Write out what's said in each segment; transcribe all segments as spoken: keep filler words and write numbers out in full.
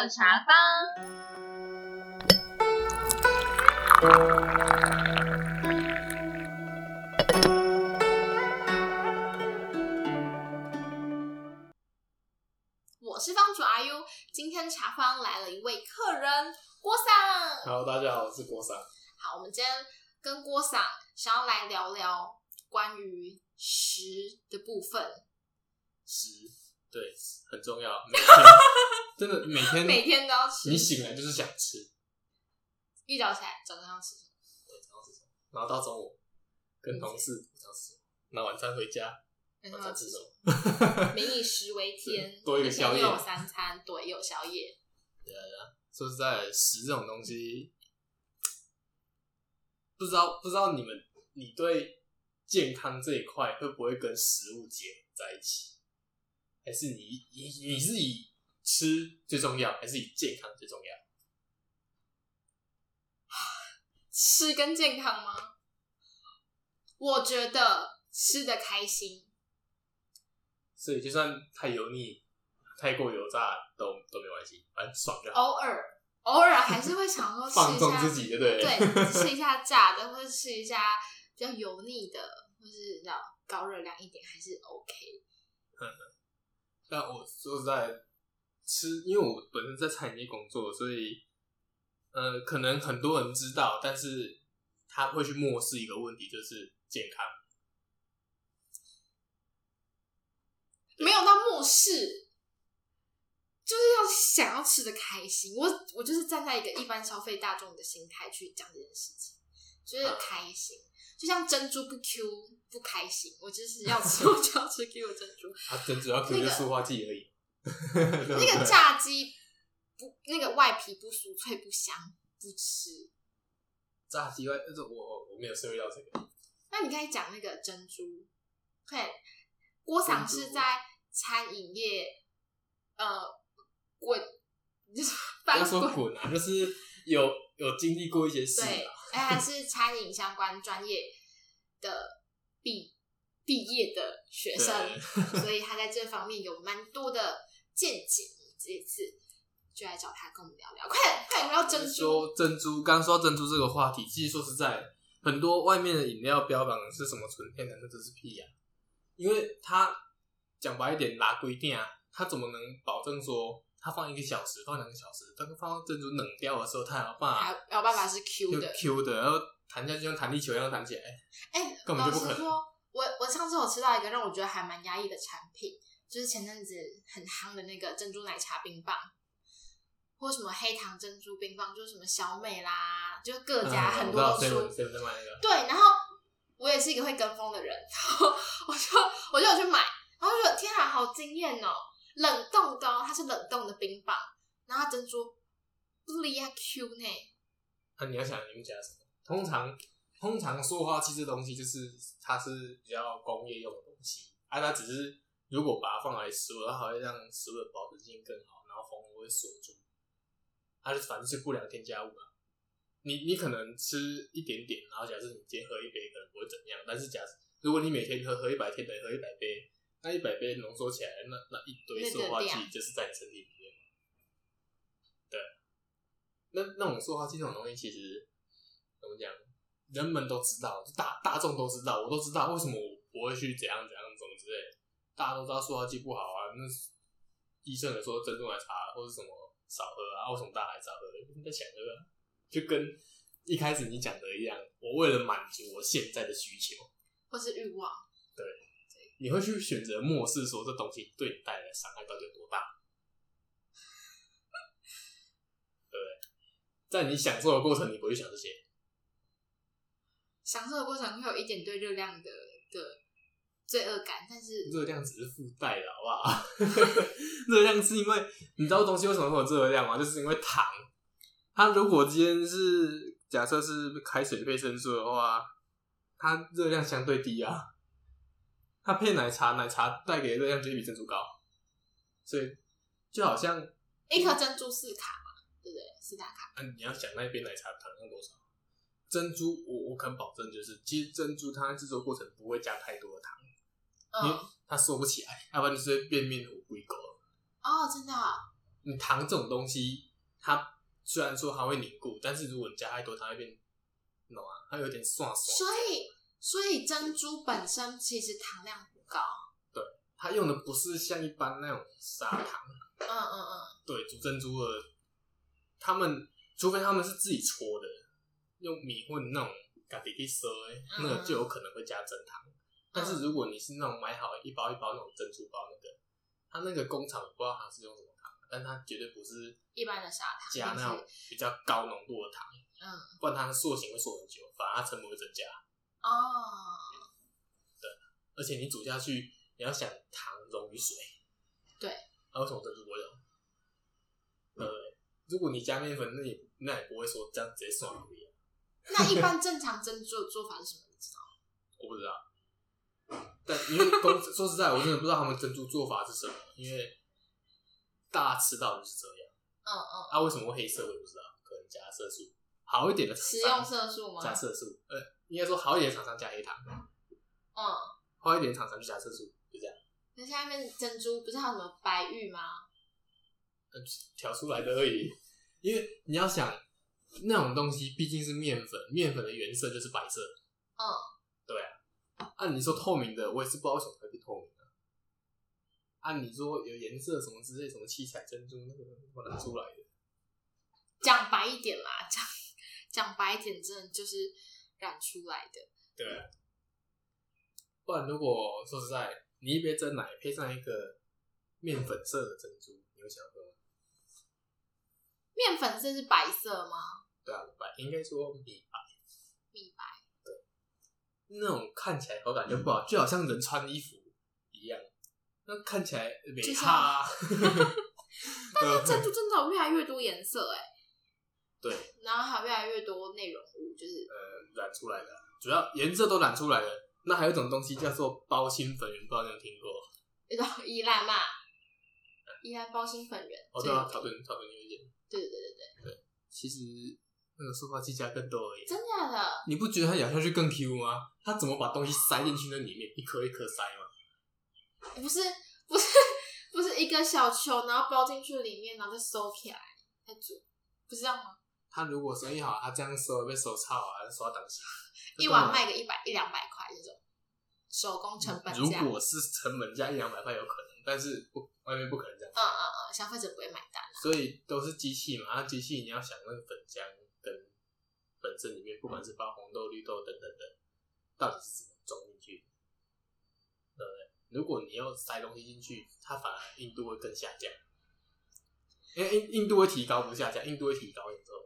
的茶坊。我是坊主阿 U， 今天茶坊来了一位客人郭桑。 Hello， 大家好，我是郭桑。 好，我们今天跟郭桑想要来聊聊关于食的部分。 食，对，很重要。每天真的每天每天都要吃， 你醒来就是想吃。 一早起来早上要吃什么？ 对，早上吃什么？然后到中午跟同事午餐吃什么？那晚餐回家晚餐吃什么？ 民以食为天， 多一个宵夜， 又有三餐，对，又有宵夜。 对啊，对啊。说实在的，食这种东西，不知道不知道你们你对健康这一块会不会跟食物结合在一起？还是你你你是以吃最重要，还是以健康最重要？ 吃跟健康吗？我觉得吃的开心， 所以就算太油腻、太过油炸都都没关系，反正爽就好。 偶尔偶尔还是会想说吃一下放纵自己，对不对？ 对，吃一下炸的，或者吃一下比较油腻的，或是比较高热量一点，还是 OK。 但我说实在，吃，因为我本身在餐饮业工作，所以呃，可能很多人知道，但是他会去漠视一个问题，就是健康。 没有到漠视，就是要想要吃的开心。我我就是站在一个一般消费大众的心态去讲这件事情，就是开心。啊，就像珍珠不 Q 不开心，我就是要吃，我就要吃 Q 的珍珠。 啊，珍珠要 Q 就塑化剂而已。 那個、那個炸鸡不，那个外皮不酥脆不香，不吃。 炸鸡外，但是我我没有涉猎到这个。 那你可以讲那个珍珠，对，郭桑是在餐饮业，呃，滚，就是翻滚。 不要说滚啊，就是有有经历过一些事啊。 对，而且他是餐饮相关专业的毕毕业的学生，所以他在这方面有蛮多的见解。这一次就来找他跟我们聊聊，快点快点聊珍珠。 说珍珠，刚刚说到珍珠这个话题，其实说实在，很多外面的饮料标榜是什么纯天然，那真是屁呀、啊！因为他讲白一点，拉规定啊，他怎么能保证说他放一个小时、放两个小时，但是放到珍珠冷掉的时候，他还有办法， 还有办法是 Q 的 ，Q 的，然后弹下去像弹力球一样弹起来， 哎、欸， 根本就不可能。 老实说，我我上次有吃到一个让我觉得还蛮压抑的产品，就是前阵子很夯的那个珍珠奶茶冰棒，或什么黑糖珍珠冰棒，就是什么小美啦，就各家很多都出、 嗯、在卖那个。 对，然后我也是一个会跟风的人，然后我就我就有去买，然后就觉得天啊，好惊艳哦！冷冻的、哦，它是冷冻的冰棒，然后它珍珠不离啊 Q 呢。 那、啊、你要想你们加什么？通常通常塑化剂这东西就是它是比较工业用的东西，啊，它只是如果把它放来食物，它还会让食物的保质性更好，然后风味会锁住。它就反正是不良添加物啊。你你可能吃一点点，然后假设你今天喝一杯可能不会怎样，但是假设如果你每天喝喝一百天等于喝一百杯，那一百杯浓缩起来，那那一堆塑化剂就是在你身体里面。对，那那种塑化剂这种东西，其实怎么讲，人们都知道，大大众都知道，我都知道为什么我不会去怎样怎样怎么之类的，大家都知道塑化剂不好啊。那医生有说珍珠奶茶或是什么少喝啊，为什么大家还少喝？你在想喝啊？就跟一开始你讲的一样，我为了满足我现在的需求或是欲望， 对，你会去选择漠视说这东西对你带来的伤害到底有多大，对不对？在你享受的过程，你不会想这些。 享受的过程会有一点对热量的的罪恶感，但是热量只是附带的，好不好？热量是因为你知道东西为什么会有热量吗？就是因为糖。它如果今天是假设是开水配生素的话，它热量相对低啊。它配奶茶，奶茶带给的热量就比珍珠高，所以就好像一颗珍珠四卡嘛，对不对？四大卡。 啊，你要想那一杯奶茶糖量多少？珍珠我我肯保证，就是其实珍珠它在制作过程不会加太多的糖，嗯、因为它收不起来，要不然就是会变面糊龟狗。 哦，真的、啊。 你糖这种东西，它虽然说它会凝固，但是如果你加太多，它会变，你懂吗？它有点刷刷。 所以，所以珍珠本身其实糖量不高。 对，它用的不是像一般那种砂糖。 嗯嗯嗯。 对，煮珍珠的，他们除非他们是自己搓的，用米混那种自己去烧的，那个就有可能会加真糖。嗯、但是如果你是那种买好一包一包那种珍珠包，那个它那个工厂我不知道它是用什么糖，但它绝对不是一般的砂糖， 加那种比较高浓度的糖。 嗯， 不然它的塑形会塑很久，反而它成本会增加。 哦， 对，而且你煮下去，你要想糖溶于水。 对， 那为什么珍珠不会溶？对不对？如果你加面粉，那也那也不会说这样直接算而已。 那一般正常珍珠的做法是什么？你知道吗？ 我不知道。但因为公说实在，我真的不知道他们珍珠做法是什么，因为大家吃到就是这样。 嗯嗯。 啊，为什么会黑色我也不知道，可能加色素。好一点的食用色素吗？ 加色素，呃，应该说好一点的厂商加黑糖。 嗯。 坏一点的厂商就加色素，就这样。 那下面珍珠不是还有什么白玉吗？ 调出来的而已，因为你要想那种东西毕竟是面粉，面粉的原色就是白色。 嗯， 对啊。按、啊、你说透明的，我也是不知道为什么会变透明的。按、啊、你说有颜色什么之类，什么七彩珍珠那个我拿出来的。 讲白一点啦，讲讲白一点，真的就是染出来的。 对啊。不然如果说实在，你一杯珍奶配上一个面粉色的珍珠，你会想喝吗？ 面粉色是白色吗？ 对啊，白应该说米白。 米白。 对。那种看起来口感就不好，就好像人穿衣服一样，那看起来没差。 但是珍珠真的有越来越多颜色哎。 对。 然后还有越来越多内容物，就是呃染出来的，主要颜色都染出来了。那还有一种东西叫做包心粉圆，不知道你有听过？ 那种宜兰嘛，宜兰包心粉圆。 哦，对啊，草屯草屯有一点。 对对对对对。 对，其实那个塑化剂加更多而已。 真假的？ 你不觉得它咬下去更 Q 吗？它怎么把东西塞进去那里面，一颗一颗塞吗？ 不是不是不是一个小球，然后包进去里面，然后再收起来再煮，不是这样吗？ 他如果生意好，他这样收被收差啊，收到当时一碗卖个一百一两百块这种手工成本价。 如果是成本价一两百块有可能，但是不外面不可能这样。 嗯嗯嗯，消费者不会买单、啊。 所以都是机器嘛，那机器你要想那个粉浆跟本身里面，不管是包红豆、绿豆等等的，到底是怎么装进去的，对不对？如果你要塞东西进去，它反而硬度会更下降，因为硬硬度会提高，不是下降，硬度会提高之后。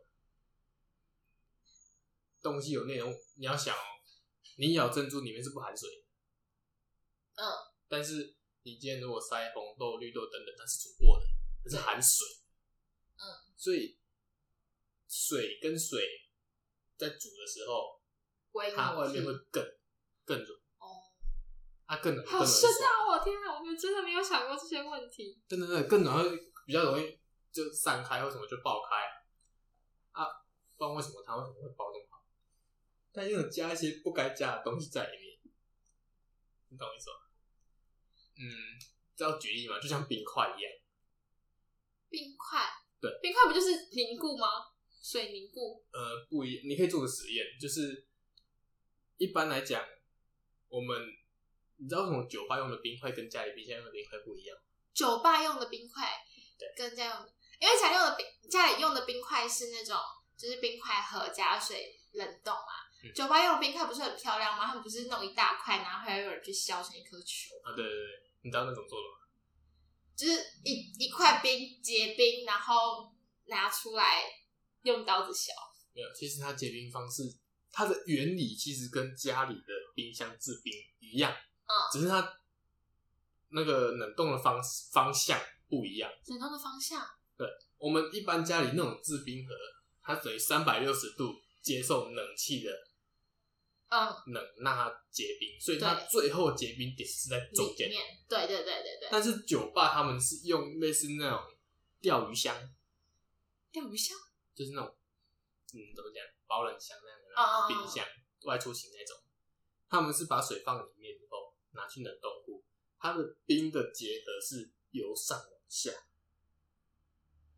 东西有内容，你要想哦，你咬珍珠里面是不含水的， 嗯， 但是你今天如果塞红豆、绿豆等等，它是煮过的，它是含水， 嗯， 所以水跟水在煮的时候，它外面会更更软，哦，它更好深啊！我天啊，我们真的没有想过这些问题， 真的真的更软，会比较容易就散开，或什么就爆開啊，啊，不知道为什么它为什么会爆这么好。但又有加一些不该加的东西在里面，你懂我意思吗？嗯，这要举例嘛，就像冰块一样。 冰块？ 对， 冰块不就是凝固吗？水凝固？ 呃，不一，你可以做个实验，就是一般来讲，我们你知道为什么酒吧用的冰块跟家里冰箱用的冰块不一样？ 酒吧用的冰块跟家用的，因为家里用的冰，家里用的冰块是那种就是冰块盒加水冷冻嘛。嗯、酒吧用的冰块不是很漂亮吗？他们不是弄一大块，然后还有人去削成一颗球啊？对对对，你知道那怎么做的吗？ 就是一一块冰结冰，然后拿出来用刀子削。 没有，其实它结冰方式，它的原理其实跟家里的冰箱制冰一样，嗯，只是它那个冷冻的方方向不一样。 冷冻的方向？ 对，我们一般家里那种制冰盒，它等于三百六十度接受冷气的。 嗯， 冷让它结冰，所以它最后结冰点是在中间。 对对对对对。 但是酒吧他们是用类似那种钓鱼箱， 钓鱼箱就是那种嗯怎么讲保冷箱那样的、哦、冰箱外出型那种，他们是把水放里面以后拿去冷冻库，它的冰的结合是由上往下，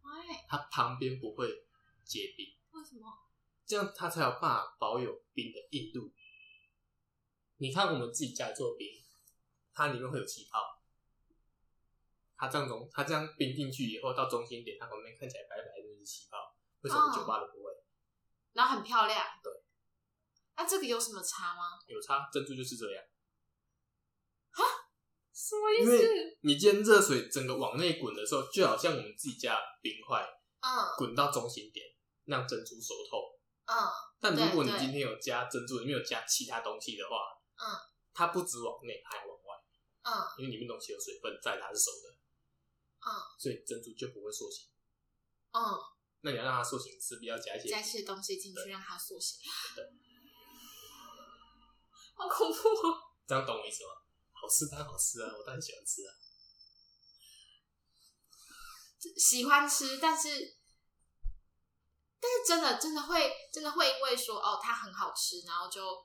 它旁边不会结冰。 为什么？ 这样它才有办法保有冰的硬度。你看我们自己家里做的冰，它里面会有气泡，它这样中，它这样冰进去以后，到中心点，它旁边看起来白白的就是气泡。为什么酒吧都不会？哦、 然后很漂亮。 对。 那、啊、这个有什么差吗？ 有差，珍珠就是这样。 哈？什么意思？ 因为你今天热水整个往内滚的时候，就好像我们自己家的冰块， 嗯， 滚到中心点，让珍珠熟透。 嗯。 但如果你今天有加珍珠，里面有加其他东西的话， 嗯， 它不止往内，它还往外。 嗯， 因为里面东西有水分在，它是熟的。 嗯， 所以珍珠就不会塑形。 嗯， 那你要让它塑形，势必要加一些加一些东西进去让它塑形。 对， 好恐怖哦！ 这样懂我意思吗？好吃当然好吃啊，我当然喜欢吃啊。 喜欢吃，但是但是真的真的会真的会因为说哦它很好吃，然后就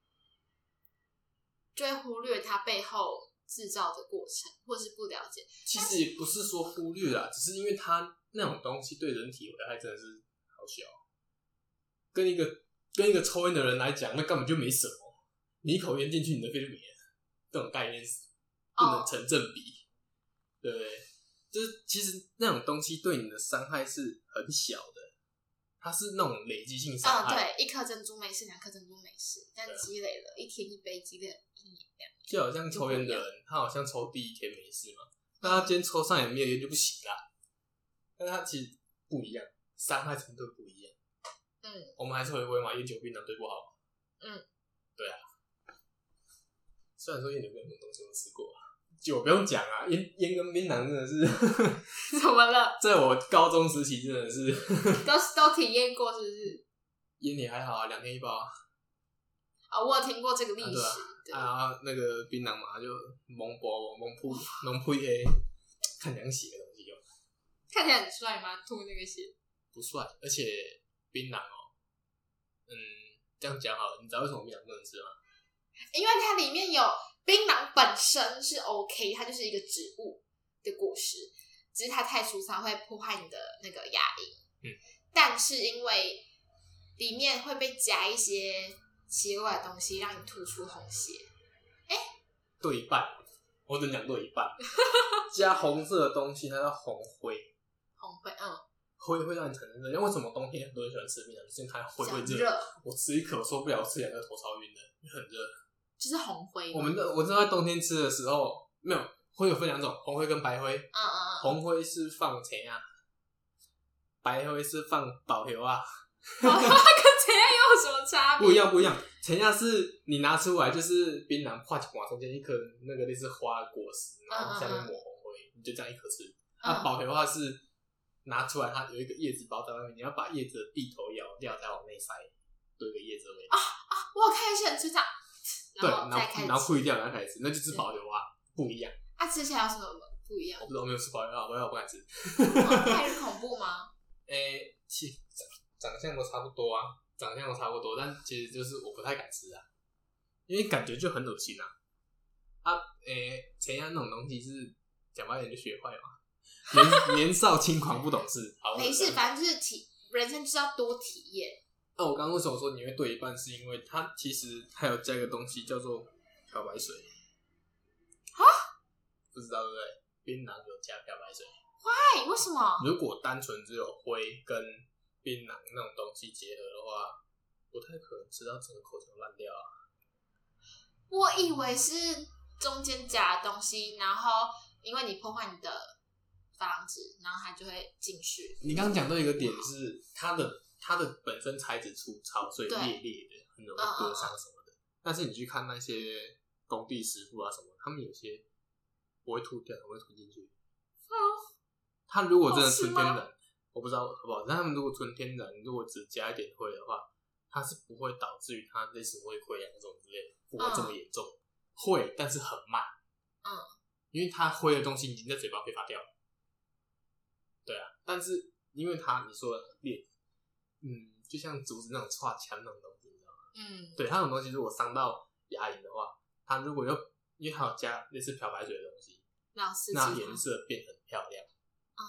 就会忽略它背后制造的过程，或是不了解。 其实也不是说忽略啦，只是因为它那种东西对人体危害真的是好小。跟一个跟一个抽烟的人来讲，那根本就没什么。你一口烟进去，你的肺就没了，这种概念是不能成正比， oh. 对不对？就是其实那种东西对你的伤害是很小的，它是那种累积性伤害。 嗯，对，一颗珍珠没事，两颗珍珠没事，但积累了一天一杯，积累了一年两年， 就好像抽烟的人，他好像抽第一天没事嘛，那他今天抽上也没有烟就不行啦。但他其实不一样，伤害程度不一样。 嗯，我们还是回归嘛，烟酒槟榔对不好嘛。 嗯， 对啊。虽然说烟酒槟榔这种东西我吃过啊，酒不用讲啊，烟烟跟槟榔真的是怎么了？ 在我高中时期真的是都都体验过，是不是？ 烟也还好啊，两天一包啊。 啊、哦，我有听过这个历史。 啊，啊那个槟榔嘛，就蒙薄蒙铺蒙铺黑，看凉血的东西就。 看起来很帅吗？吐那个血？ 不帅，而且槟榔哦，嗯，这样讲好了，你知道为什么槟榔不能吃吗？ 因为它里面有槟榔本身是 OK， 它就是一个植物的果实，只是它太粗糙会破坏你的那个牙龈。 嗯，但是因为里面会被加一些奇怪的东西，让你吐出红血。哎、欸， 对一半，我只能讲对一半。加红色的东西，它叫红灰。 红灰，嗯。 灰会让你产生热，因为为什么冬天很多人喜欢吃槟榔，就是因为它灰会热。我吃一口我受不了，我吃两个头超晕的，很热。 就是红灰。 我们的我知道在冬天吃的时候，没有灰有分两种，红灰跟白灰。 嗯嗯嗯。 红灰是放钱啊，白灰是放保油啊。 保油跟钱啊有什么差别？ 不一样不一样，钱啊是你拿出来就是槟榔画一刮中间一颗那个类似花的果实，然后下面抹红灰，嗯嗯嗯，你就这样一颗吃。那、啊、保油的话是。拿出来，它有一个叶子包在外面，你要把叶子的蒂头咬掉，再往内塞多一个叶子的味道。啊啊！我有看一些人吃这样， 对，然后然后铺掉，然后开始吃，那就是保油啊，不一样。 啊，吃起来有什么不一样？ 我不知道，我没有吃保油啊，保油我不敢吃。 哦、太恐怖吗？ 诶、欸，其长长相都差不多啊，长相都差不多，但其实就是我不太敢吃啊，因为感觉就很恶心啊。啊，诶、欸，前样那种东西是讲白一点就学坏嘛。年, 年少轻狂不懂事，好没事，反正就是体人生就是要多体验。 那、啊、我刚刚为什么说你会对一半，是因为它其实还有加一个东西叫做漂白水。 啊？ 不知道对不对？槟榔有加漂白水。 Why？ 为什么？ 如果单纯只有灰跟槟榔那种东西结合的话，不太可能吃到整个口腔烂掉啊。 我以为是中间加的东西，然后因为你破坏你的珐琅质，然后它就会进去。 你刚刚讲到一个点是它的它的本身材质粗糙，所以裂裂的，很容易割伤什么的。嗯嗯嗯，但是你去看那些工地师傅啊什么，他们有些不会吐掉，不会吞进去。 哦， 他如果真的纯天然，我不知道好不好，但他们如果纯天然，如果只加一点灰的话，它是不会导致于它类似胃溃疡这种之类的，不会这么严重。嗯、会，但是很慢。 嗯， 因为它灰的东西已经在嘴巴挥发掉了。对啊，但是因为它你说的裂，嗯，就像竹子那种插枪那种东西，你知道吗？ 嗯， 对，它那种东西如果伤到牙龈的话，它如果又因为它有加类似漂白水的东西，那颜色变很漂亮。 嗯，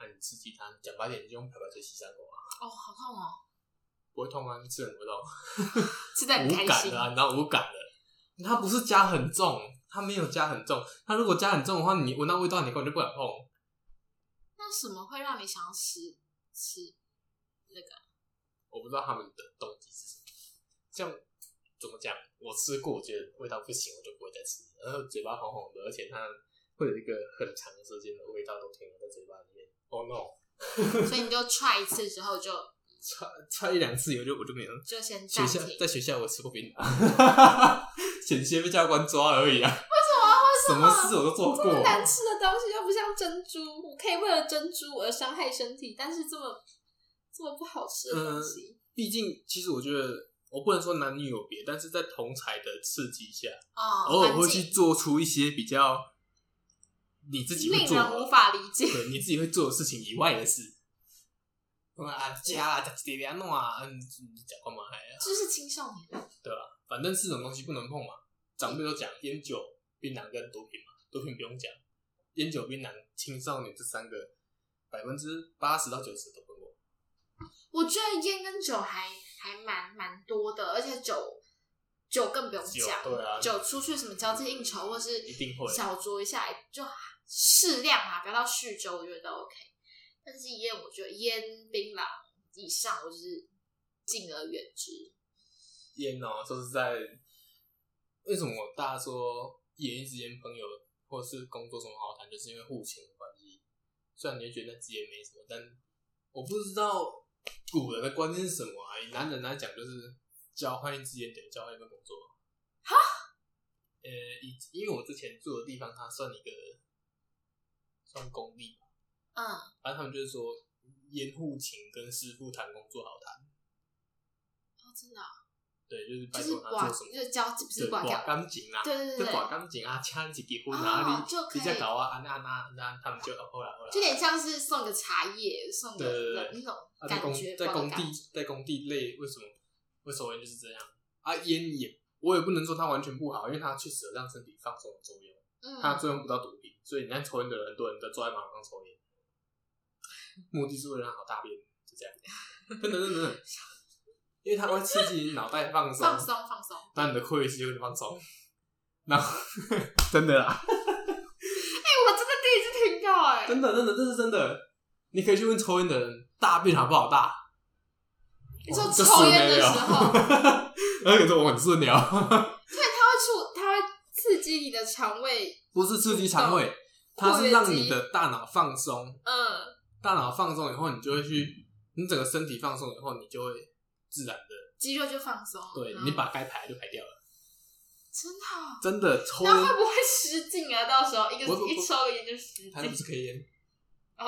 那、啊、你刺激它，讲白点，你就用漂白水洗伤口啊。 哦，好痛哦！ 不会痛啊，你吃很不会痛， 吃得很开心。 无感的啊，你知道无感的。它不是加很重，它没有加很重。它如果加很重的话，你闻到味道，你根本就不敢碰。 那什么会让你想要吃吃那个？ 我不知道他们的动机是什么。像怎么讲？我吃过，我觉得味道不行，我就不会再吃。然后嘴巴红红的，而且它会有一个很长时间的味道都停留在嘴巴里面。Oh no！ 所以你就 try 一次之后就 try try 一两次，我就我就没有。 就先暂停。 学校在学校我吃过槟榔，险些被教官抓而已啊。 为什么？为什么？ 什么事我都做过。 这么难吃的东西又不像珍珠，我可以为了珍珠而伤害身体，但是这么这么不好吃的东西， 毕、呃、竟其实我觉得。我不能说男女有别，但是在同侪的刺激下， 哦， 偶尔会去做出一些比较你自己会做令人无法理解， 对你自己会做的事情以外的事。啊，加啊，加一点弄啊，嗯，讲干嘛还啊？ 这是青少年， 对吧？反正这种东西不能碰嘛。长辈都讲烟酒、槟榔跟毒品嘛，毒品不用讲，烟酒、槟榔、青少年这三个，百分之八十到九十都碰过。 我觉得烟跟酒还。还蛮蛮多的，而且酒酒更不用讲， 对啊， 酒出去什么交际应酬或是一定会小酌一下就适量啊，不要到酗酒，我觉得都 OK。但是烟，我觉得烟、槟榔以上，我就是敬而远之。 烟哦，说实在，为什么大家说演艺之间朋友或是工作什么好谈，就是因为互情的关系。虽然你会觉得那之间没什么，但我不知道。古人的观念是什么啊？以男人来讲，就是交换一支烟等于交换一份工作。 哈？ 呃，以因为我之前住的地方，它算一个算公立吧。 嗯。 反正他们就是说，烟互情跟师傅谈工作好谈。 哦，真的、啊。 对，就是拜托他做什么， 就是交，不是挂挂钢琴啊， 对对对就挂钢琴啊，请你结婚啊，你就可以你再搞啊，安那安那安那，他们就后来后来， 就有点像是送个茶叶，送个那种感觉。 在工地在工地累，为什么会抽烟就是这样啊？烟也我也不能说它完全不好，因为它确实有让身体放松的作用，嗯，它作用不到毒品，所以你看抽烟的人，很多人都坐在马路上抽烟，目的是为了让好大便，就这样，真的真的真的。因为它会刺激你脑袋放松， 放松放松， 那你的括约肌就会放松。然后真的啦，哎、 欸，我真的第一次听到、欸，哎， 真的真的这是真的。你可以去问抽烟的人，大便好不好大？ 你说抽烟的时候， 而且说我很顺了。 对，它会促，它会刺激你的肠胃， 不是刺激肠胃，它是让你的大脑放松。嗯，大脑放松以后，你就会去，你整个身体放松以后，你就会。自然的肌肉就放松， 对、嗯、你把该排就排掉了， 真的、哦、 真的抽烟， 那会不会失禁啊？到时候一个一抽烟就失禁， 它不是 K 烟哦，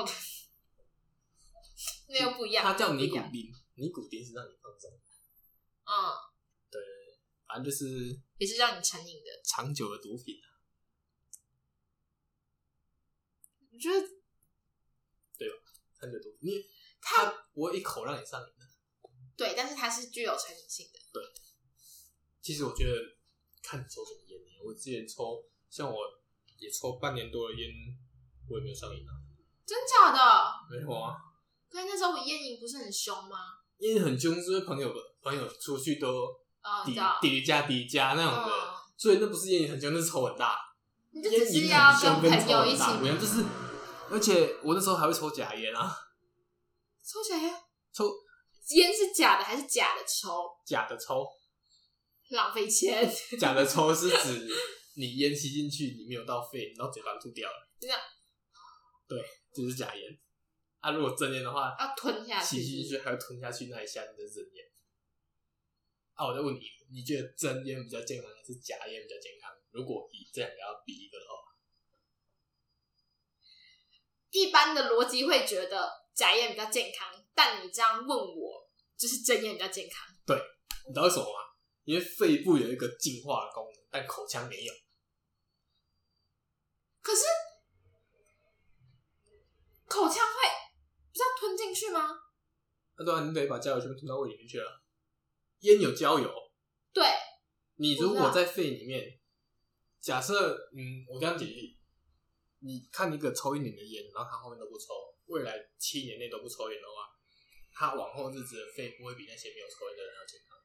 那又不一样， 它叫尼古丁，尼古丁是让你放松， 嗯， 对，反正就是也是让你成瘾的长久的毒品啊， 我觉得对吧？长久毒品，你它不会一口让你上瘾的。 对，但是它是具有成瘾性的。 对，其实我觉得看你抽什么烟，我之前抽，像我也抽半年多的烟，我也没有上瘾啊。 真假的？ 没有啊。 可是那时候我烟瘾不是很凶吗？ 烟瘾很凶，是因为朋友朋友出去都叠叠加叠加那种的，嗯、所以那不是烟瘾很凶，那是抽很大。 你就只是要跟朋友一起没有，就是，而且我那时候还会抽假烟啊。 抽假烟？ 抽。 烟是假的还是假的抽？ 假的抽， 浪费钱。 假的抽是指你烟吸进去，你没有到肺，然后嘴巴吐掉了。 这样， 对，就是假烟。啊，如果真烟的话， 要吞下去， 吸进去还要吞下去那一下，你的真烟。啊，我再问你，你觉得真烟比较健康还是假烟比较健康？如果以这两个要比一个的话， 一般的逻辑会觉得假烟比较健康。但你这样问我，就是真烟比较健康。 对，你知道为什么吗？因为肺部有一个净化的功能，但口腔没有。 可是口腔会不是要吞进去吗？ 啊，对啊，你得把焦油全部吞到胃里面去了。烟有焦油， 对。 你如果在肺里面，假设，嗯，我这样举例，你看一个抽一年的烟，然后他后面都不抽。 未来七年内都不抽烟的话，他往后日子的肺不会比那些没有抽烟的人要健康。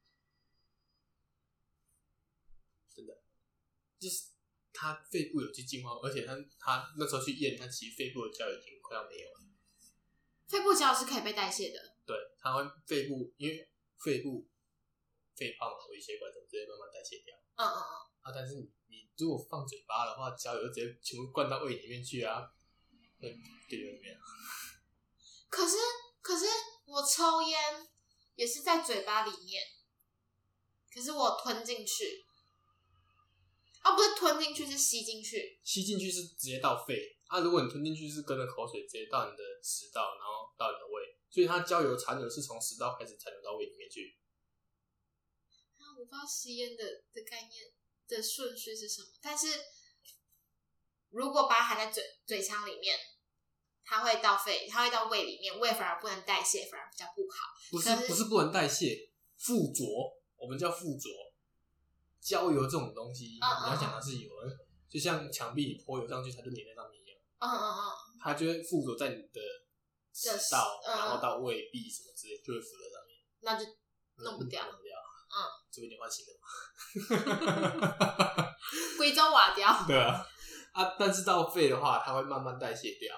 真的，就是他肺部有去进化，而且他他那时候去验，他其实肺部的胶已经快要没有了。 肺部胶是可以被代谢的。 对，他会肺部，因为肺部肺泡嘛、微血管什么之类慢慢代谢掉。 嗯嗯嗯。 啊，但是你你如果放嘴巴的话，胶油直接全部灌到胃里面去啊，对对对对。 可是可是我抽烟也是在嘴巴里面，可是我吞进去，啊不是吞进去是吸进去， 吸进去是直接到肺啊，如果你吞进去是跟着口水直接到你的食道，然后到你的胃，所以它胶油残留是从食道开始残留到胃里面去。 啊，我不知道吸烟的的概念的顺序是什么，但是如果把它含在嘴嘴腔里面，它会到肺，它会到胃里面，胃反而不能代谢，反而比较不好。 不是不是不能代谢，附着，我们叫附着。胶油这种东西，嗯嗯你要讲它是油，就像墙壁你泼油上去，它就粘在上面一样。 嗯嗯嗯， 它就会附着在你的食道，嗯、然后到胃壁什么之类，就会附在上面。 那就弄不掉， 弄不掉。 嗯， 这边你换新的嘛。 贵州瓦雕。 对啊，啊，但是到肺的话，它会慢慢代谢掉。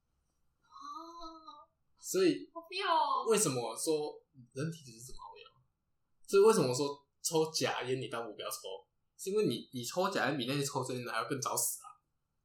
哦， 所以好妙哦！ 为什么说人体就是这么妙？所以为什么说抽假烟你倒不要抽？是因为你你抽假烟比那些抽真烟的还要更早死啊！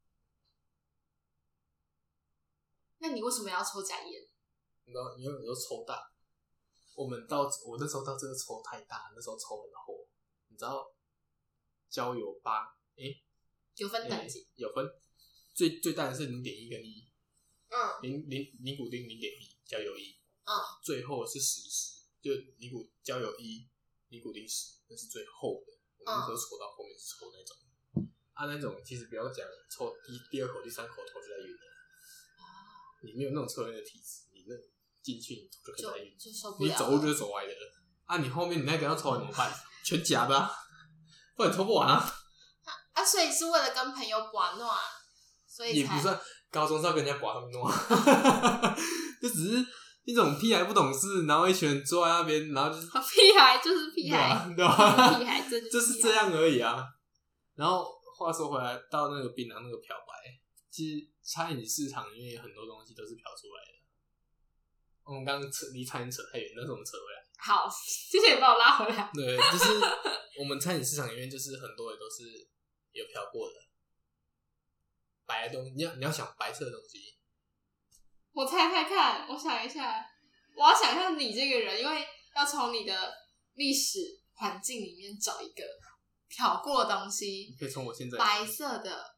那你为什么要抽假烟？ 你知道，因为有时候抽大，我们到我那时候到这个抽太大，那时候抽很厚，你知道，焦油八诶， 有分等级， 有分，最最大的是零点一跟一， 嗯， 零零尼古丁零点一，焦油一， 嗯， 最后是十十，就尼古焦油一，尼古丁十，那是最厚的。我们那时候抽到后面是抽那种，嗯、啊那种其实不要讲，抽第第二口、第三口头就在晕了。你没有那种抽烟的体质，你那进去你头就开始晕， 就受不了， 你走路就是走歪的了。啊，你后面你那个要抽怎么办？全假的、啊，不然抽不完啊。 啊, 啊，所以是为了跟朋友玩弄啊，所以也不算高中是要跟人家玩弄啊，就只是一种屁孩不懂事，然后一群人坐在那边，然后就是屁孩就是屁孩， 对吧？对吧？ 屁孩真就是这样而已啊。然后话说回来，到那个槟榔那个漂白，其实餐饮市场因为很多东西都是漂出来的。我们刚刚扯离餐饮扯太远，但是我们扯回来。 好，谢谢你把我拉回来。 对，就是我们餐饮市场里面，就是很多也都是有漂过的白的东西。你要你要想白色的东西， 我猜猜看，我想一下，我要想象你这个人，因为要从你的历史环境里面找一个漂过的东西。 你可以从我现在白色的。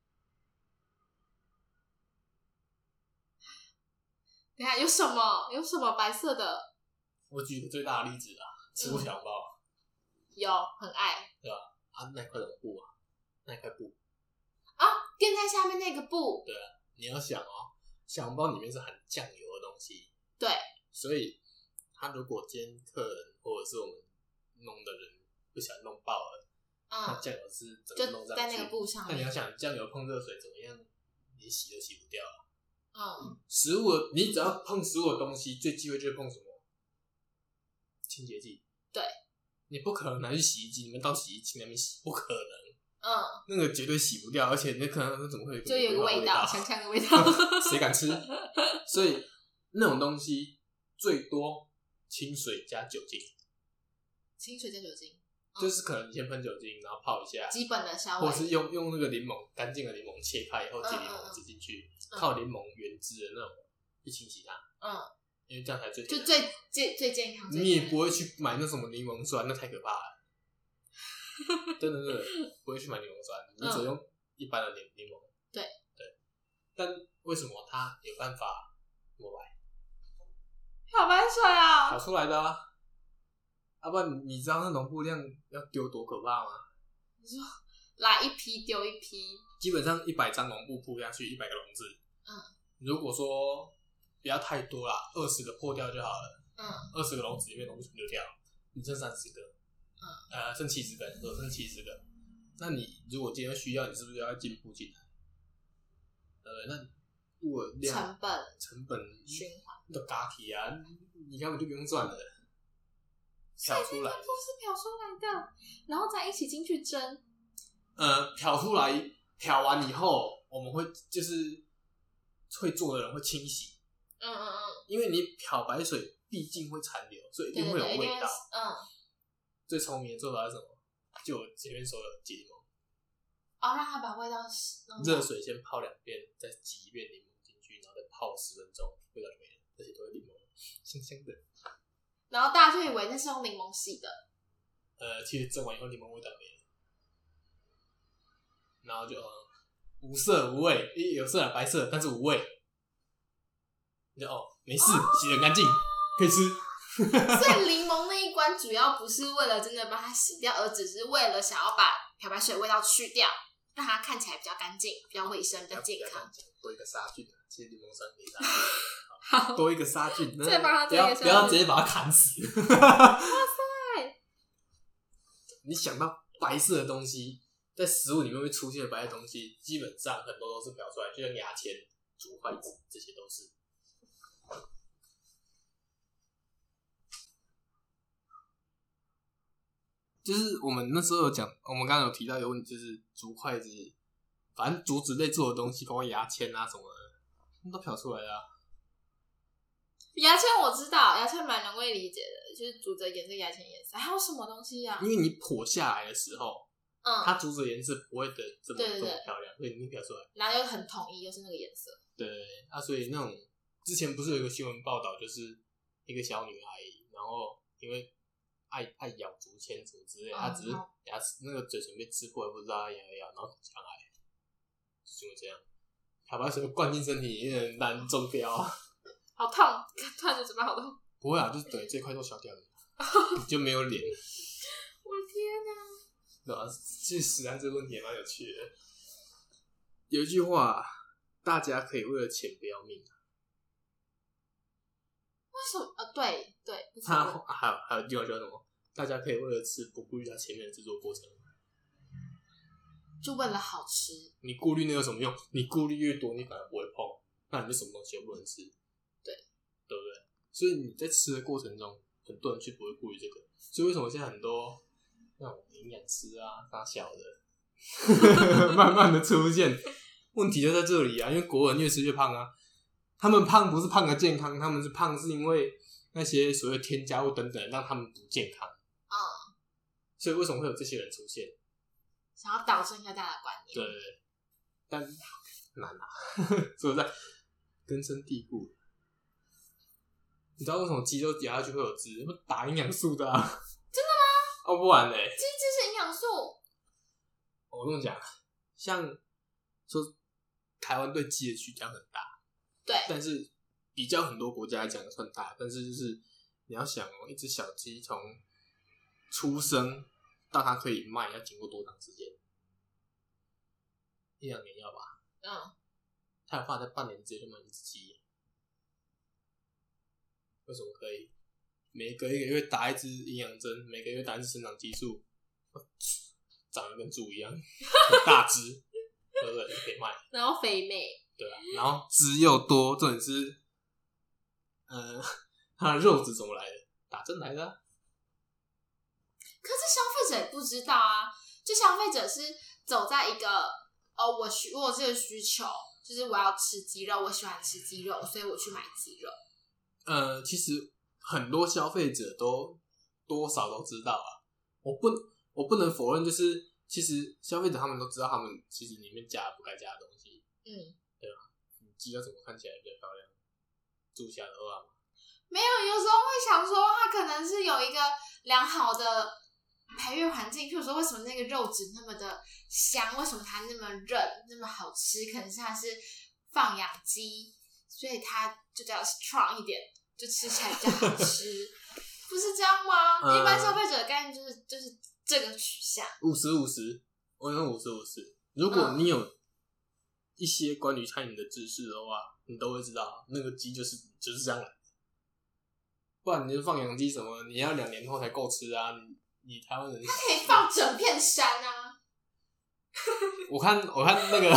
等一下有什么？有什么白色的？ 我举个最大的例子啊，吃过小笼包、 嗯，有很爱， 对吧？啊，那块布啊，那块布啊，垫在下面那个布。 对啊，你要想哦，小笼包里面是含酱油的东西， 对， 所以他如果今天客人或者是我们弄的人不小心弄爆了，嗯，那酱油是整个弄上去， 就在那个布上面。 那你要想，酱油碰热水怎么样，你洗都洗不掉了。 嗯， 食物的你只要碰食物的东西，最忌讳就是碰什么？清洁剂。 对， 你不可能拿去洗衣机，你们到洗衣机那边洗，不可能。 嗯， 那个绝对洗不掉，而且你可能怎么会有就有一个味道，香香的味道， 谁敢吃？所以那种东西最多清水加酒精， 清水加酒精， 嗯、就是可能你先喷酒精，然后泡一下， 基本的消味， 或者是用用那个柠檬干净的柠檬切开以后，挤柠檬挤进去，嗯、靠柠檬原汁的那种去清洗它，嗯，因为这样才最就最最最健康。 你也不会去买那什么柠檬酸，那太可怕了。真的真的不会去买柠檬酸，你只用一般的柠柠檬。 对对，但为什么它有办法抹白？ 漂白水啊， 跑出来的啊！要、啊、不然你知道那容布量要丢多可怕吗？ 你说来一批丢一批， 基本上一百张绒布铺下去，一百个笼子。嗯，如果说不要太多啦，二十个破掉就好了。嗯，二十个笼子里面笼子丢掉，你剩三十个。嗯，呃，剩七十个，我剩七十个。那你如果今天需要，你是不是要进步进来？对不对？那物的量成本成本循环都嘎起啊，你根本就不用赚了，漂出来的都是漂出来的，然后再一起进去蒸。 呃，漂出来漂完以后，我们会就是会做的人会清洗， 嗯嗯嗯， 因为你漂白水毕竟会残留，所以一定会有味道。 嗯， 最聪明的做法是什么？就我前面说的挤柠檬。 哦，让它把味道热水先泡两遍，再挤一遍柠檬进去，然后再泡十分钟，味道就没了，而且都是柠檬，香香的。 然后大家就以为那是用柠檬洗的。 呃，其实蒸完以后柠檬味道没了，然后就、呃、无色无味，诶有色了白色，但是无味。你就哦没事，哦、洗得干净，可以吃。 所以柠檬那一关主要不是为了真的把它洗掉，而只是为了想要把漂白水的味道去掉，让它看起来比较干净、比较卫生、比较健康。 多一个杀菌，其实柠檬酸没杀菌。好，多一个杀菌， 再帮它不要不要直接把它砍死。 哇塞！ 你想到白色的东西，在食物里面会出现的白色的东西，基本上很多都是漂出来，就像牙签、竹筷子，这些都是。就是我们那时候有讲，我们刚刚有提到一个问题，就是竹筷子，反正竹子类做的东西，包括牙签啊什么的，都漂出来了、啊。 牙签我知道，牙签蛮容易理解的，就是竹子的颜色、牙签颜色，还有什么东西呀、啊？ 因为你剖下来的时候， 嗯， 它竹子的颜色不会的这么对对对这么漂亮，所以你会漂出来， 然后又很统一，又是那个颜色。 对啊，所以那种之前不是有一个新闻报道，就是一个小女孩，然后因为爱爱咬竹签什么之类的，她、嗯、只是牙齿那个嘴唇被吃破，也不知道她咬一咬，然后口腔癌，就这样，漂白水灌进身体，有点难中标。 好痛！突然就嘴巴好痛。 不会啊，就是对这一块都消掉了，你就没有脸。 我的天哪！ 对啊，其实食安这个问题也蛮有趣的。有一句话，大家可以为了钱不要命。 为什么？呃，对对。 他还有还有一句话叫什么？大家可以为了吃不顾虑它前面的制作过程。 就为了好吃。 你顾虑那有什么用？你顾虑越多，你反而不会碰，那你就什么东西都不能吃。 对， 对不对？所以你在吃的过程中，很多人却不会顾虑这个。所以为什么现在很多那种营养师啊、大小的，慢慢的出现，问题就在这里啊！因为国人越吃越胖啊，他们胖不是胖的健康，他们是胖是因为那些所谓添加物等等让他们不健康。 嗯， 所以为什么会有这些人出现？ 想要导正一下大家的观念。 对，但难啊，说实在根深蒂固。你知道为什么鸡肉咬下去会有汁？打营养素的啊！ 真的吗？ 哦，不然嘞， 鸡汁是营养素。 我跟你讲，像说台湾对鸡的需求很大， 对， 但是比较很多国家来讲算大，但是就是你要想哦，一只小鸡从出生到它可以卖，要经过多长时间？一两年要吧？ 嗯， 它有办法在半年之内就卖一只鸡。为什么可以？每隔一个月打一支营养针，每个月打一支生长激素，长得跟猪一样，很大只，对不对？就可以卖。 然后肥美， 对啊，然后汁又多，重点是，呃，它的肉质怎么来的？打针来的、啊。 可是消费者也不知道啊，就消费者是走在一个哦，我需我有这个需求，就是我要吃鸡肉，我喜欢吃鸡肉，所以我去买鸡肉。 呃，其实很多消费者都多少都知道啊。我不，我不能否认，就是其实消费者他们都知道，他们其实里面加了不该加的东西。 嗯， 对吧？鸡要怎么看起来比较漂亮？猪下的话吗？ 没有，有时候会想说，它可能是有一个良好的培育环境，譬如说，为什么那个肉质那么的香？为什么它那么韧，那么好吃？可能是它是放养鸡，所以它就比较 strong 一点。就吃起来比较好吃，不是这样吗？嗯、一般消费者的概念就是就是这个取向， 五十五十，我用五十五十。如果你有一些关于餐饮的知识的话，你都会知道那个鸡就是就是这样来的。不然你就放养鸡什么，你要两年后才够吃啊！你你台湾人， 它可以放整片山啊。 我看我看那个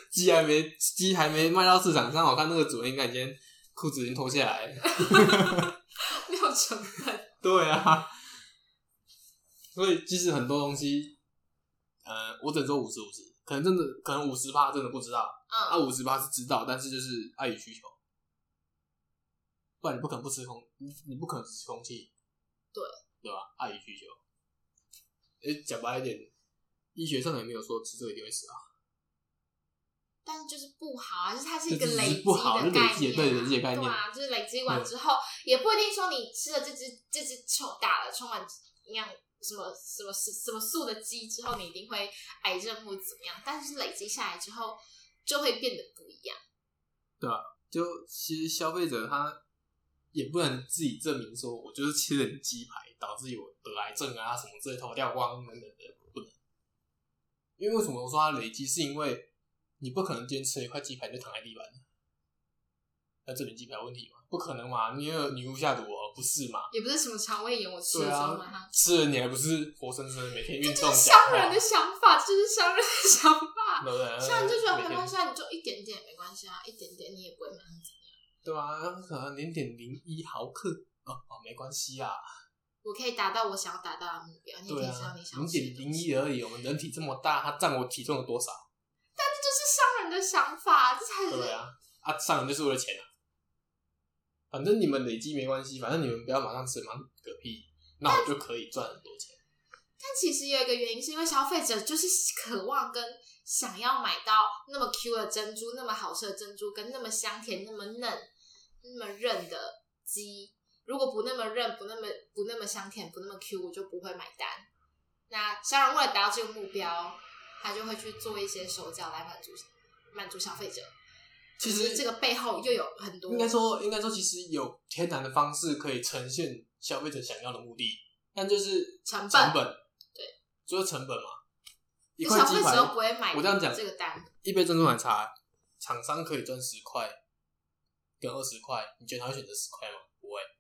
鸡还没鸡还没卖到市场上，我看那个主人应该已经裤子已经脱下来了， 没有成本。 对啊，所以其实很多东西，呃，我只能说五十五十，可能真的可能五十趴真的不知道， 嗯， 啊五十趴是知道，但是就是碍于需求，不然你不可能不吃空，你你不可能只吃空气， 对对吧？碍于需求。诶，讲白一点，医学上也没有说吃这个一定会死啊。 但是就是不好啊，就是它是一个就只是累积不好的概念、啊， 就累积对累积的概念对啊，就是累积完之后，也不一定说你吃了这只这只充打了充满营养什么什么什么素的鸡之后，你一定会癌症或怎么样，但是累积下来之后，就会变得不一样。 对啊，就其实消费者他也不能自己证明说我就是吃了鸡排导致我得癌症啊什么之类头掉光等等的，不能。因为为什么我说它累积，是因为你不可能今天吃了一块鸡排就躺在地板，那证明鸡排有问题吗？不可能嘛！你有女巫下毒哦，不是嘛？ 也不是什么肠胃炎，我吃了之后马上、啊、 吃了你还不是活生生每天运动？ 这就是商人的想法，这就是商人的想法。 对不对？ 商人就觉得没关系啊，你就一点点没关系啊，一点点你也不会马上怎样。 对啊，可能零点零一毫克哦哦，没关系啊。 我可以达到我想要达到的目标，你也可以知道你想要零点零一而已。我们人体这么大，它占我体重有多少？ 但这就是商人的想法，这才是对啊啊！商人就是为了钱啊。反正你们累积没关系，反正你们不要马上吃，马上嗝屁，那我就可以赚很多钱。 但其实有一个原因，是因为消费者就是渴望跟想要买到那么 Q 的珍珠，那么好吃的珍珠，跟那么香甜、那么嫩、那么韧的鸡。如果不那么韧，不那么不那么香甜，不那么 Q， 我就不会买单。那商人为了达到这个目标，他就会去做一些手脚来满足满足消费者。 其实这个背后又有很多， 应该说，应该说，其实有天然的方式可以呈现消费者想要的目的，但就是成本， 成本对， 就是成本嘛。一块鸡排， 消费者都不会买。 我这样讲， 这个单， 一杯珍珠奶茶，厂商可以赚十块跟二十块，你觉得他会选择十块吗？不会。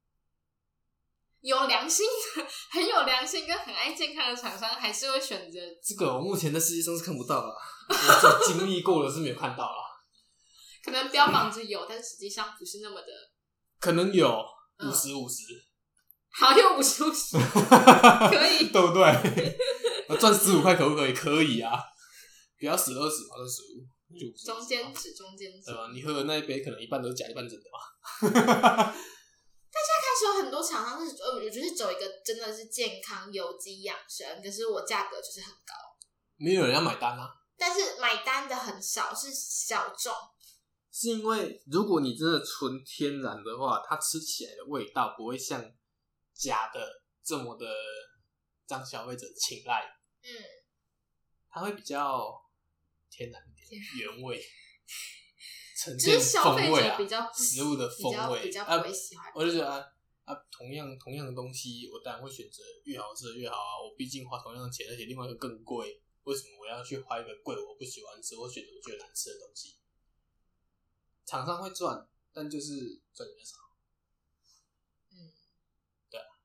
有良心的、很有良心跟很爱健康的厂商，还是会选择这个。我目前在世界上是看不到啦，我所经历过的是没有看到啦。 可能标榜着有，但实际上不是那么的。 可能有五十五十， 好，有五十五十，可以， 对不对？我赚十五块可不可以？可以啊，不要死二十嘛，赚十五，就中间值，中间值， 对吧？你喝的那一杯可能一半都是假，一半真的嘛。 但现在开始有很多厂商是，我觉得走一个真的是健康有机养生，可是我价格就是很高， 没有人要买单啊。 但是买单的很少，是小众。 是因为如果你真的纯天然的话，它吃起来的味道不会像假的这么的让消费者青睐。 嗯， 它会比较天然一点，原味，呈现风味啊， 比较食物的风味， 比较不会喜欢。 啊、我就觉得啊啊，同样同样的东西，我当然会选择越好吃的越好啊。我毕竟花同样的钱，而且另外一个更贵，为什么我要去花一个贵我不喜欢吃，我选择我觉得难吃的东西？厂商会赚，但就是赚的少。 嗯， 对啊，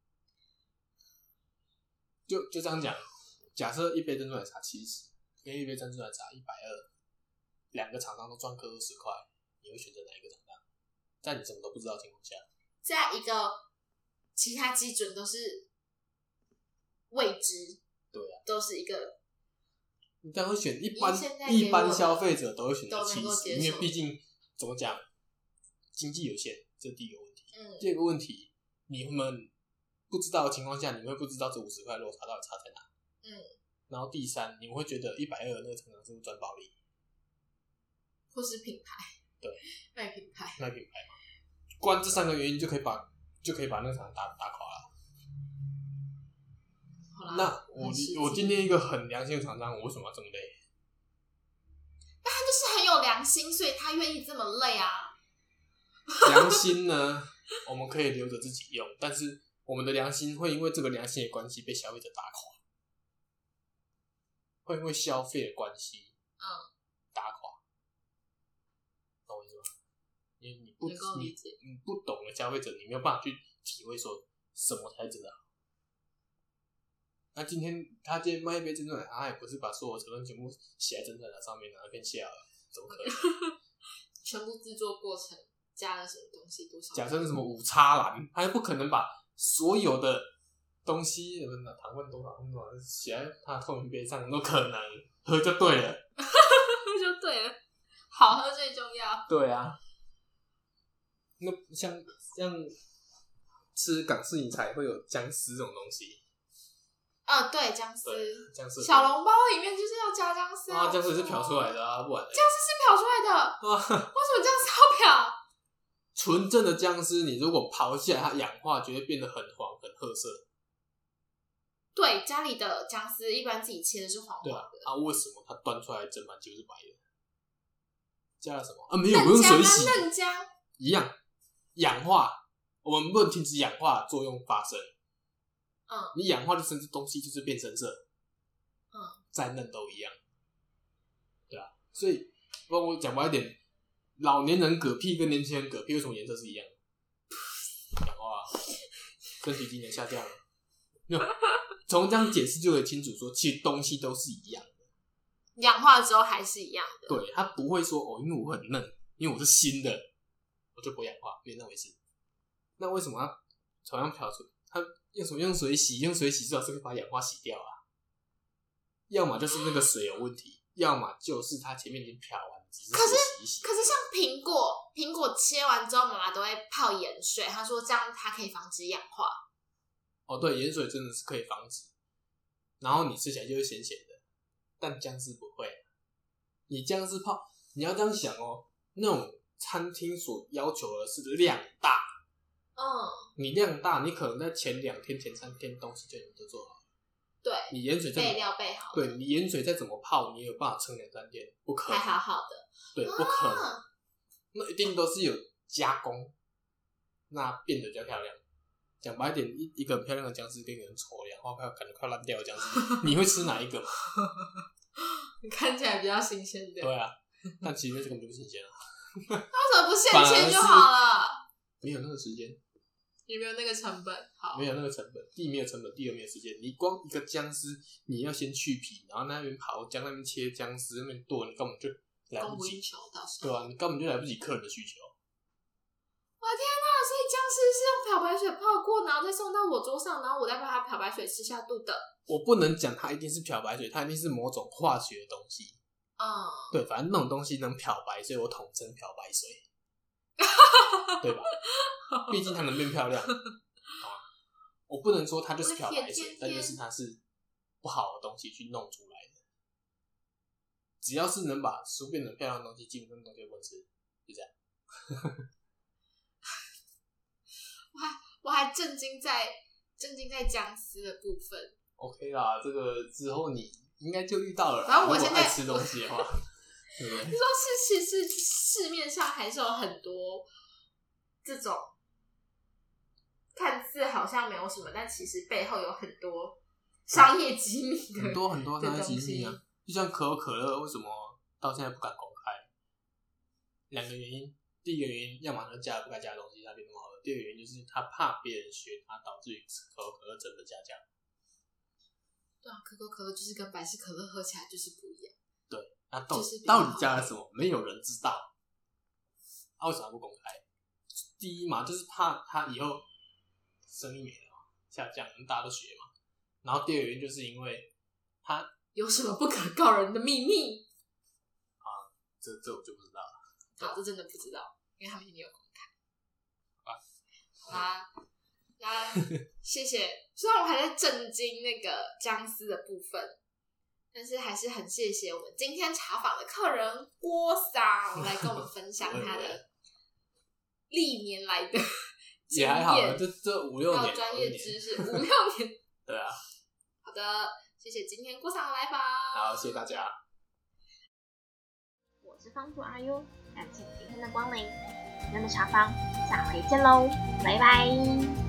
就就这样讲。假设一杯珍珠奶茶七十，跟一杯珍珠奶茶一百二，两个厂商都赚各二十块，你会选择哪一个厂商？在你什么都不知道的情况下， 在一个其他基准都是未知， 对啊， 都是一个。 你当然会选一般一般消费者都会选择七十，因为毕竟怎么讲，经济有限，这是第一个问题。 嗯， 第二个问题，你们不知道的情况下，你们会不知道这五十块落差到底差在哪？ 嗯， 然后第三，你们会觉得一百二那个厂商是不是赚暴利， 或是品牌， 对， 卖品牌， 卖品牌嘛，光这三个原因就可以把就可以把那个厂商打打垮了。那我我今天一个很良心的厂商，我为什么要这么累？ 那他就是很有良心，所以他愿意这么累啊。 良心呢，我们可以留着自己用，但是我们的良心会因为这个良心的关系被消费者打垮，会因为消费的关系， 嗯， 打垮。懂我意思吗？因为你不能够理解， 你你不懂的消费者，你没有办法去体会说什么才真的好。 那、啊、今天他今天卖一杯珍珠奶茶，他也不是把所有成分全部写在珍珠奶茶上面，然后变下了，怎么可能？ 全部制作过程加了什么东西？多少？ 假设是什么五叉蓝，他也不可能把所有的东西，什么糖分多少多少写在他的透明杯上，都可能喝就对了， 喝就对了，好喝最重要。 对啊，那像像吃港式饮茶会有姜丝这种东西。 啊、哦，对，姜丝， 姜丝， 小笼包里面就是要加姜丝啊，姜丝是漂出来的啊，不然姜丝是漂出来的，啊、为什么姜丝要漂？ 纯正的姜丝，你如果刨下来，它氧化就会变得很黄、很褐色。 对，家里的姜丝一般自己切的是黄黄的。 对啊，啊为什么它端出来整盘就是白的？加了什么？啊，没有，不用水洗， 嫩姜一样氧化。我们不能停止氧化的作用发生。 嗯， 你氧化就甚至东西就是变深色。 嗯，再嫩都一样。对啊，所以帮我讲白一点，老年人嗝屁跟年轻人嗝屁为什么颜色是一样的？氧化，身体机能下降了。从这样解释就可以清楚说，其实东西都是一样的。 氧化之后还是一样的。 对，它不会说哦，因为我很嫩，因为我是新的，我就不会氧化，没有那回事。那为什么它同样漂出？它用什么用水洗？用水洗至少是会把氧化洗掉啊。要么就是那个水有问题，要么就是它前面已经漂完，只是水洗一洗。 可是，可是像苹果，苹果切完之后，妈妈都会泡盐水，她说这样它可以防止氧化。 哦，对，盐水真的是可以防止，然后你吃起来就会咸咸的，但姜丝不会。你姜丝泡，你要这样想哦，那种餐厅所要求的是量大。 嗯， 你量大，你可能在前两天、前三天东西就已经都做好了。 对， 你盐水再备料备好， 对你盐水再怎么泡，你也有办法撑两三天？不可能， 还好好的， 对，不可能，啊、那一定都是有加工，那变得比较漂亮。讲白一点，一一个很漂亮的姜丝跟一个很丑的，氧化快感觉快烂掉的姜丝，你会吃哪一个嘛？ 看起来比较新鲜的。 对啊，但其实这个不新鲜啊。 那为什么不现切就好了？ 没有那个时间。 也没有那个成本，好， 没有那个成本，第一没有成本，第二没有时间。你光一个姜丝，你要先去皮，然后那边刨姜，那边切姜丝，那边剁，你根本就来不及，对啊，你根本就来不及客人的需求。 哇天哪！所以姜丝是用漂白水泡过，然后再送到我桌上，然后我再把它漂白水吃下肚的。 我不能讲它一定是漂白水，它一定是某种化学的东西。 嗯， 对，反正那种东西能漂白，所以我统称漂白水。对吧？毕竟它能变漂亮、啊、我不能说它就是漂白水，但就是它是不好的东西去弄出来的。只要是能把书变成漂亮的东西，基本上东西不能吃，就这样。 我还我还震惊在震惊在姜丝的部分。 OK 啦，这个之后你应该就遇到了啦。 然后我现在爱吃东西的话，对不对？ 你说是，其实市面上还是有很多这种看似好像没有什么，但其实背后有很多商业机密的， 很多很多商业机密啊。就像可口可乐为什么到现在不敢公开？两个原因，第一个原因，要么它加了不该加的东西，它变那么好喝；第二个原因就是他怕别人学它，导致于可口可乐真的加价。 对啊，可口可乐就是跟百事可乐喝起来就是不一样。 对，那到底、 就是、 到底加了什么？没有人知道。啊，为什么不公开？第一嘛，就是怕他以后生意没了嘛，下降，大家都学嘛。然后第二个原因就是因为他有什么不可告人的秘密啊？这这我就不知道了。 好，这真的不知道，因为他们没有公开。 啊， 好啦，那谢谢。虽然我还在震惊那个姜丝的部分，但是还是很谢谢我们今天茶访的客人郭桑来跟我们分享他的历年来的经验， 也还好，这这五六年专业知识，五六年。 对啊。 好的，谢谢今天郭桑的来访。 好，谢谢大家。 我是方主阿 U， 感谢今天的光临，咱们茶坊下回见喽，拜拜。